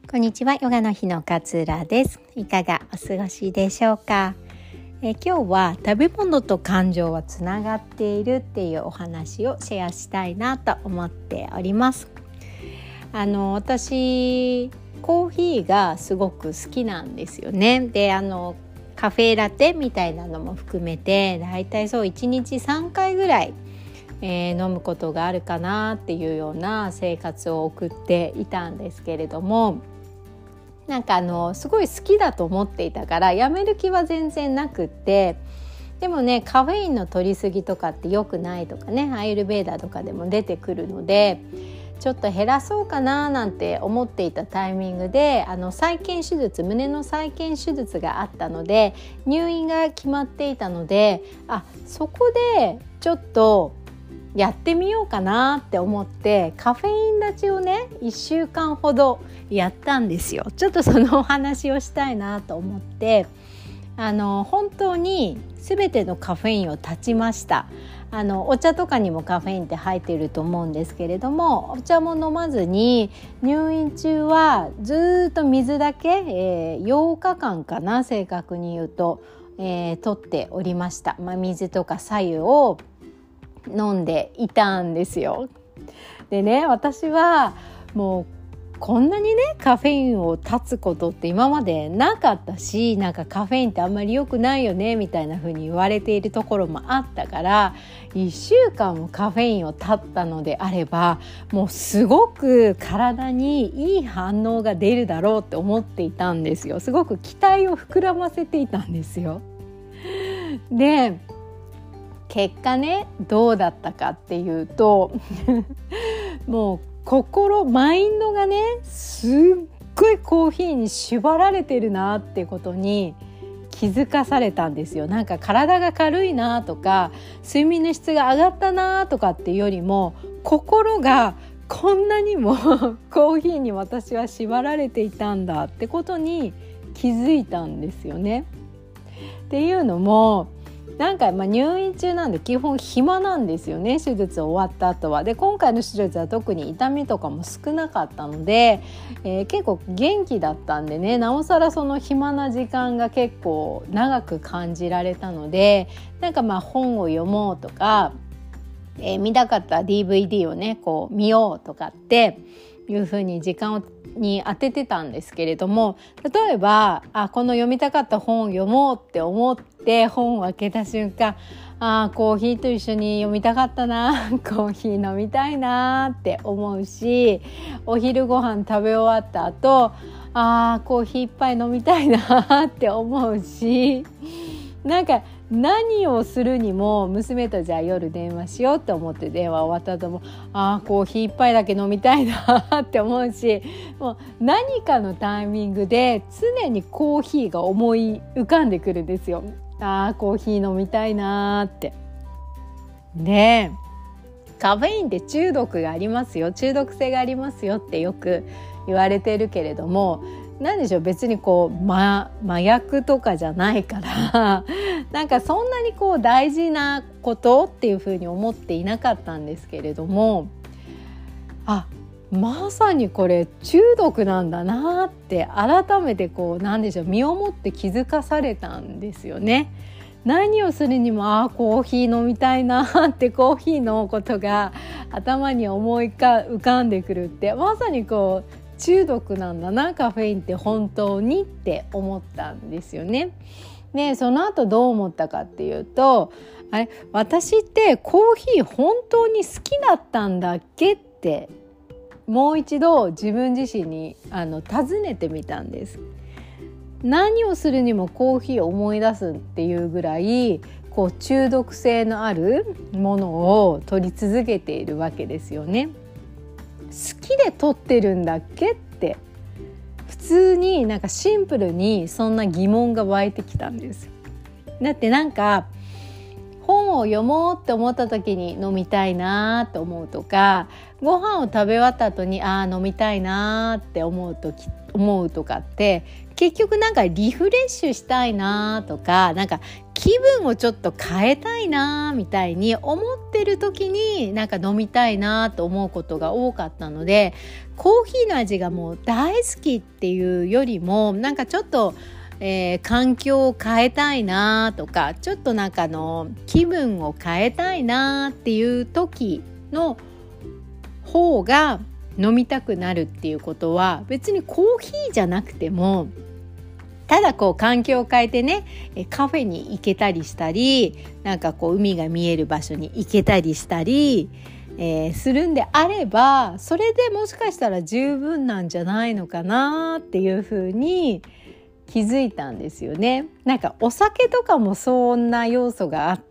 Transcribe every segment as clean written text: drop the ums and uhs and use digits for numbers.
こんにちは、ヨガの日の勝浦です。いかがお過ごしでしょうか。今日は食べ物と感情はつながっているっていうお話をシェアしたいなと思っております。私コーヒーがすごく好きなんですよね。でカフェラテみたいなのも含めてだいたいそう1日3回ぐらい飲むことがあるかなっていうような生活を送っていたんですけれども、すごい好きだと思っていたからやめる気は全然なくって、でもねカフェインの取りすぎとかって良くないとかね、アイルベーダとかでも出てくるのでちょっと減らそうかななんて思っていたタイミングで再建手術、胸の再建手術があったので入院が決まっていたので、そこでちょっとやってみようかなって思ってカフェイン立ちをね1週間ほどやったんですよ。ちょっとそのお話をしたいなと思って本当に全てのカフェインを断ちました。お茶とかにもカフェインって入っていると思うんですけれども、お茶も飲まずに入院中はずっと水だけ、8日間かな正確に言うと、取っておりました。水とか白湯を飲んでいたんですよ。でね、私はもうこんなにねカフェインを断つことって今までなかったし、カフェインってあんまり良くないよねみたいな風に言われているところもあったから、1週間もカフェインを断ったのであればもうすごく体にいい反応が出るだろうって思っていたんですよ。すごく期待を膨らませていたんですよ。で結果ねどうだったかっていうともうマインドがねすっごいコーヒーに縛られてるなってことに気づかされたんですよ。体が軽いなとか睡眠の質が上がったなとかっていうよりも、心がこんなにもコーヒーに私は縛られていたんだってことに気づいたんですよね。っていうのも入院中なんで基本暇なんですよね、手術終わった後は。で今回の手術は特に痛みとかも少なかったので、結構元気だったんでね、なおさらその暇な時間が結構長く感じられたので、本を読もうとか、見たかった DVD をね見ようとかっていう風に時間に当ててたんですけれども、例えばこの読みたかった本を読もうって思って本を開けた瞬間、コーヒーと一緒に読みたかったなコーヒー飲みたいなって思うし、お昼ご飯食べ終わった後コーヒー一杯飲みたいなって思うし、何をするにも娘とじゃあ夜電話しようって思って電話終わった後もコーヒー一杯だけ飲みたいなって思うし、もう何かのタイミングで常にコーヒーが思い浮かんでくるんですよ。コーヒー飲みたいなって。でカフェインって中毒がありますよ、中毒性がありますよってよく言われてるけれども、別に麻薬とかじゃないからそんなに大事なことっていうふうに思っていなかったんですけれども、まさにこれ中毒なんだなって改めて身をもって気づかされたんですよね。何をするにもコーヒー飲みたいなってコーヒーのことが頭に浮かんでくるって、まさに中毒なんだなカフェインって本当にって思ったんですよね。でその後どう思ったかっていうと、私ってコーヒー本当に好きだったんだっけってもう一度自分自身に尋ねてみたんです。何をするにもコーヒーを思い出すっていうぐらい中毒性のあるものを取り続けているわけですよね。好きで取ってるんだっけって普通にシンプルにそんな疑問が湧いてきたんです。だって本を読もうって思った時に飲みたいなと思うとか、ご飯を食べ終わった後に飲みたいなって思うとかって結局なんかリフレッシュしたいなとか、なんか気分をちょっと変えたいなみたいに思ってる時になんか飲みたいなと思うことが多かったので、コーヒーの味がもう大好きっていうよりも、なんかちょっと環境を変えたいなとか、ちょっとなんか気分を変えたいなっていう時の方が飲みたくなるっていうことは、別にコーヒーじゃなくても、ただこう環境を変えてね、カフェに行けたりしたり、なんかこう海が見える場所に行けたりしたり、するんであれば、それでもしかしたら十分なんじゃないのかなっていうふうに気づいたんですよね。なんかお酒とかもそんな要素があって、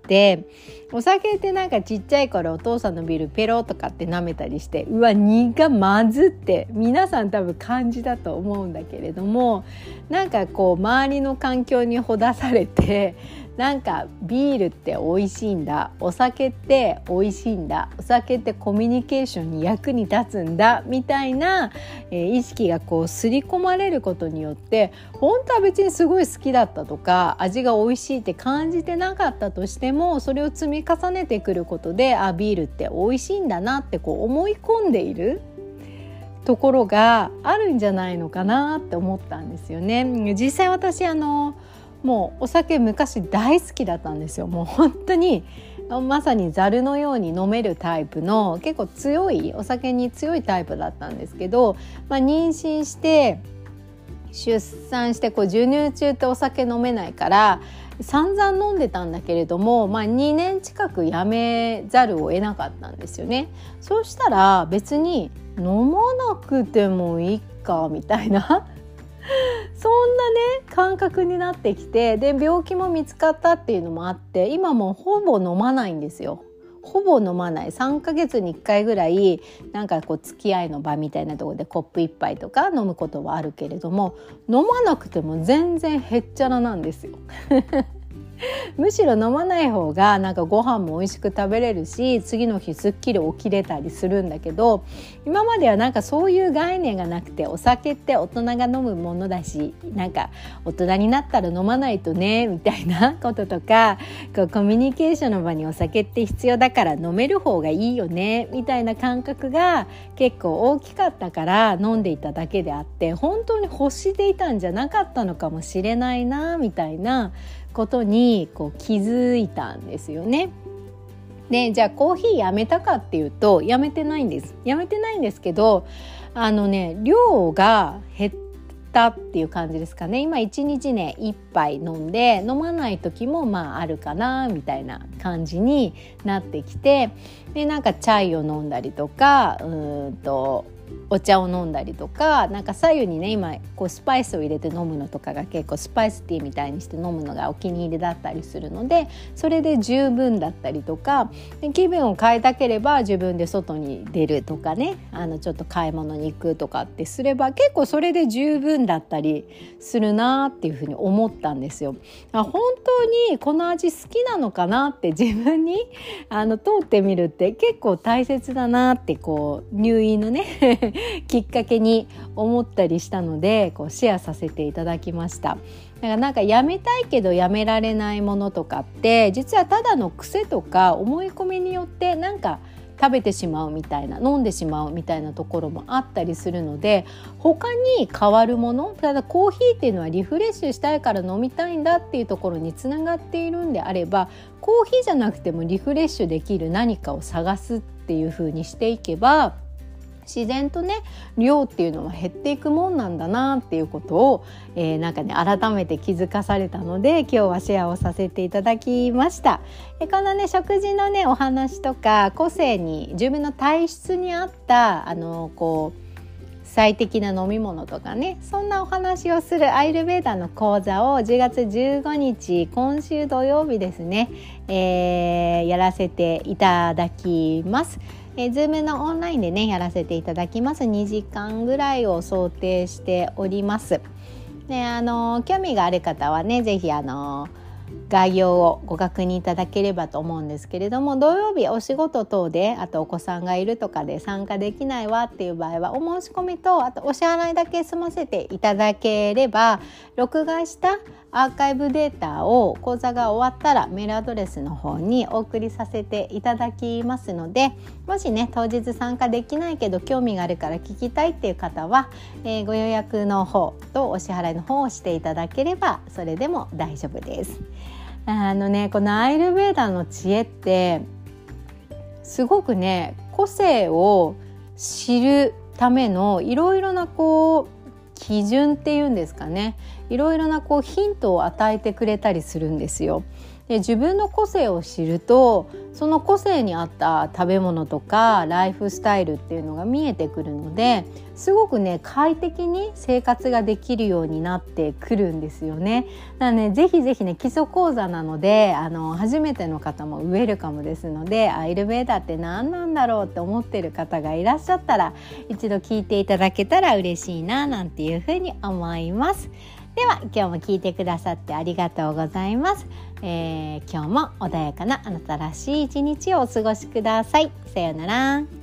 お酒ってなんかちっちゃい頃お父さんのビールペロとかって舐めたりして、うわ苦まずって皆さん多分感じだと思うんだけれども、なんかこう周りの環境にほだされて、なんかビールって美味しいんだ、お酒って美味しいんだ、お酒ってコミュニケーションに役に立つんだみたいな、意識がこう刷り込まれることによって、本当は別にすごい好きだったとか味が美味しいって感じてなかったとしても、それを積み重ねてくることで、ビールって美味しいんだなってこう思い込んでいるところがあるんじゃないのかなって思ったんですよね。実際私もうお酒昔大好きだったんですよ。もう本当にまさにザルのように飲めるタイプの、結構強いお酒に強いタイプだったんですけど、妊娠して出産してこう授乳中ってお酒飲めないから散々飲んでたんだけれども、2年近くやめざるを得なかったんですよね。そうしたら別に飲まなくてもいいかみたいなそんなね感覚になってきて、で病気も見つかったっていうのもあって、今もうほぼ飲まないんですよ。ほぼ飲まない。3ヶ月に1回ぐらいなんかこう付き合いの場みたいなところでコップ1杯とか飲むことはあるけれども、飲まなくても全然へっちゃらなんですよむしろ飲まない方がなんかご飯も美味しく食べれるし、次の日すっきり起きれたりするんだけど、今まではなんかそういう概念がなくて、お酒って大人が飲むものだし、なんか大人になったら飲まないとねみたいなこととか、こうコミュニケーションの場にお酒って必要だから飲める方がいいよねみたいな感覚が結構大きかったから飲んでいただけであって、本当に欲していたんじゃなかったのかもしれないなみたいなことにこう気づいたんですよね。でじゃあコーヒーやめたかっていうと、やめてないんです。やめてないんですけど、量が減ったっていう感じですかね。今1日ね1杯飲んで、飲まない時もあるかなみたいな感じになってきて、でなんかチャイを飲んだりとか、お茶を飲んだりとか、なんか左右にね今こうスパイスを入れて飲むのとかが結構スパイスティーみたいにして飲むのがお気に入りだったりするので、それで十分だったりとか、で気分を変えたければ自分で外に出るとかね、ちょっと買い物に行くとかってすれば結構それで十分だったりするなっていうふうに思ったんですよ。本当にこの味好きなのかなって自分に通ってみるって結構大切だなって、こう入院のねきっかけに思ったりしたので、こうシェアさせていただきました。だからなんかやめたいけどやめられないものとかって、実はただの癖とか思い込みによってなんか食べてしまうみたいな、飲んでしまうみたいなところもあったりするので、他に変わるもの、ただコーヒーっていうのはリフレッシュしたいから飲みたいんだっていうところにつながっているんであれば、コーヒーじゃなくてもリフレッシュできる何かを探すっていう風にしていけば、自然とね量っていうのは減っていくもんなんだなっていうことを、なんかね改めて気づかされたので、今日はシェアをさせていただきました。このね食事のねお話とか、個性に自分の体質に合ったこう最適な飲み物とかね、そんなお話をするアイルベーダの講座を10月15日今週土曜日ですね、やらせていただきます。Zoom のオンラインでねやらせていただきます。2時間ぐらいを想定しております。で興味がある方はねぜひ概要をご確認いただければと思うんですけれども、土曜日お仕事等であとお子さんがいるとかで参加できないわっていう場合はお申し込みとあとお支払いだけ済ませていただければ、録画したアーカイブデータを講座が終わったらメールアドレスの方にお送りさせていただきますので、もしね当日参加できないけど興味があるから聞きたいっていう方は、ご予約の方とお支払いの方をしていただければそれでも大丈夫です。このアイルベーダの知恵ってすごくね、個性を知るためのいろいろな基準っていうんですかね、いろいろなヒントを与えてくれたりするんですよ。で、自分の個性を知るとその個性に合った食べ物とかライフスタイルっていうのが見えてくるので、すごくね快適に生活ができるようになってくるんですよね。なのでぜひぜひね、基礎講座なので初めての方もウェルカムですので、アイルベーダって何なんだろうって思ってる方がいらっしゃったら一度聞いていただけたら嬉しいななんていうふうに思います。では今日も聞いてくださってありがとうございます。今日も穏やかなあなたらしい一日をお過ごしください。さようなら。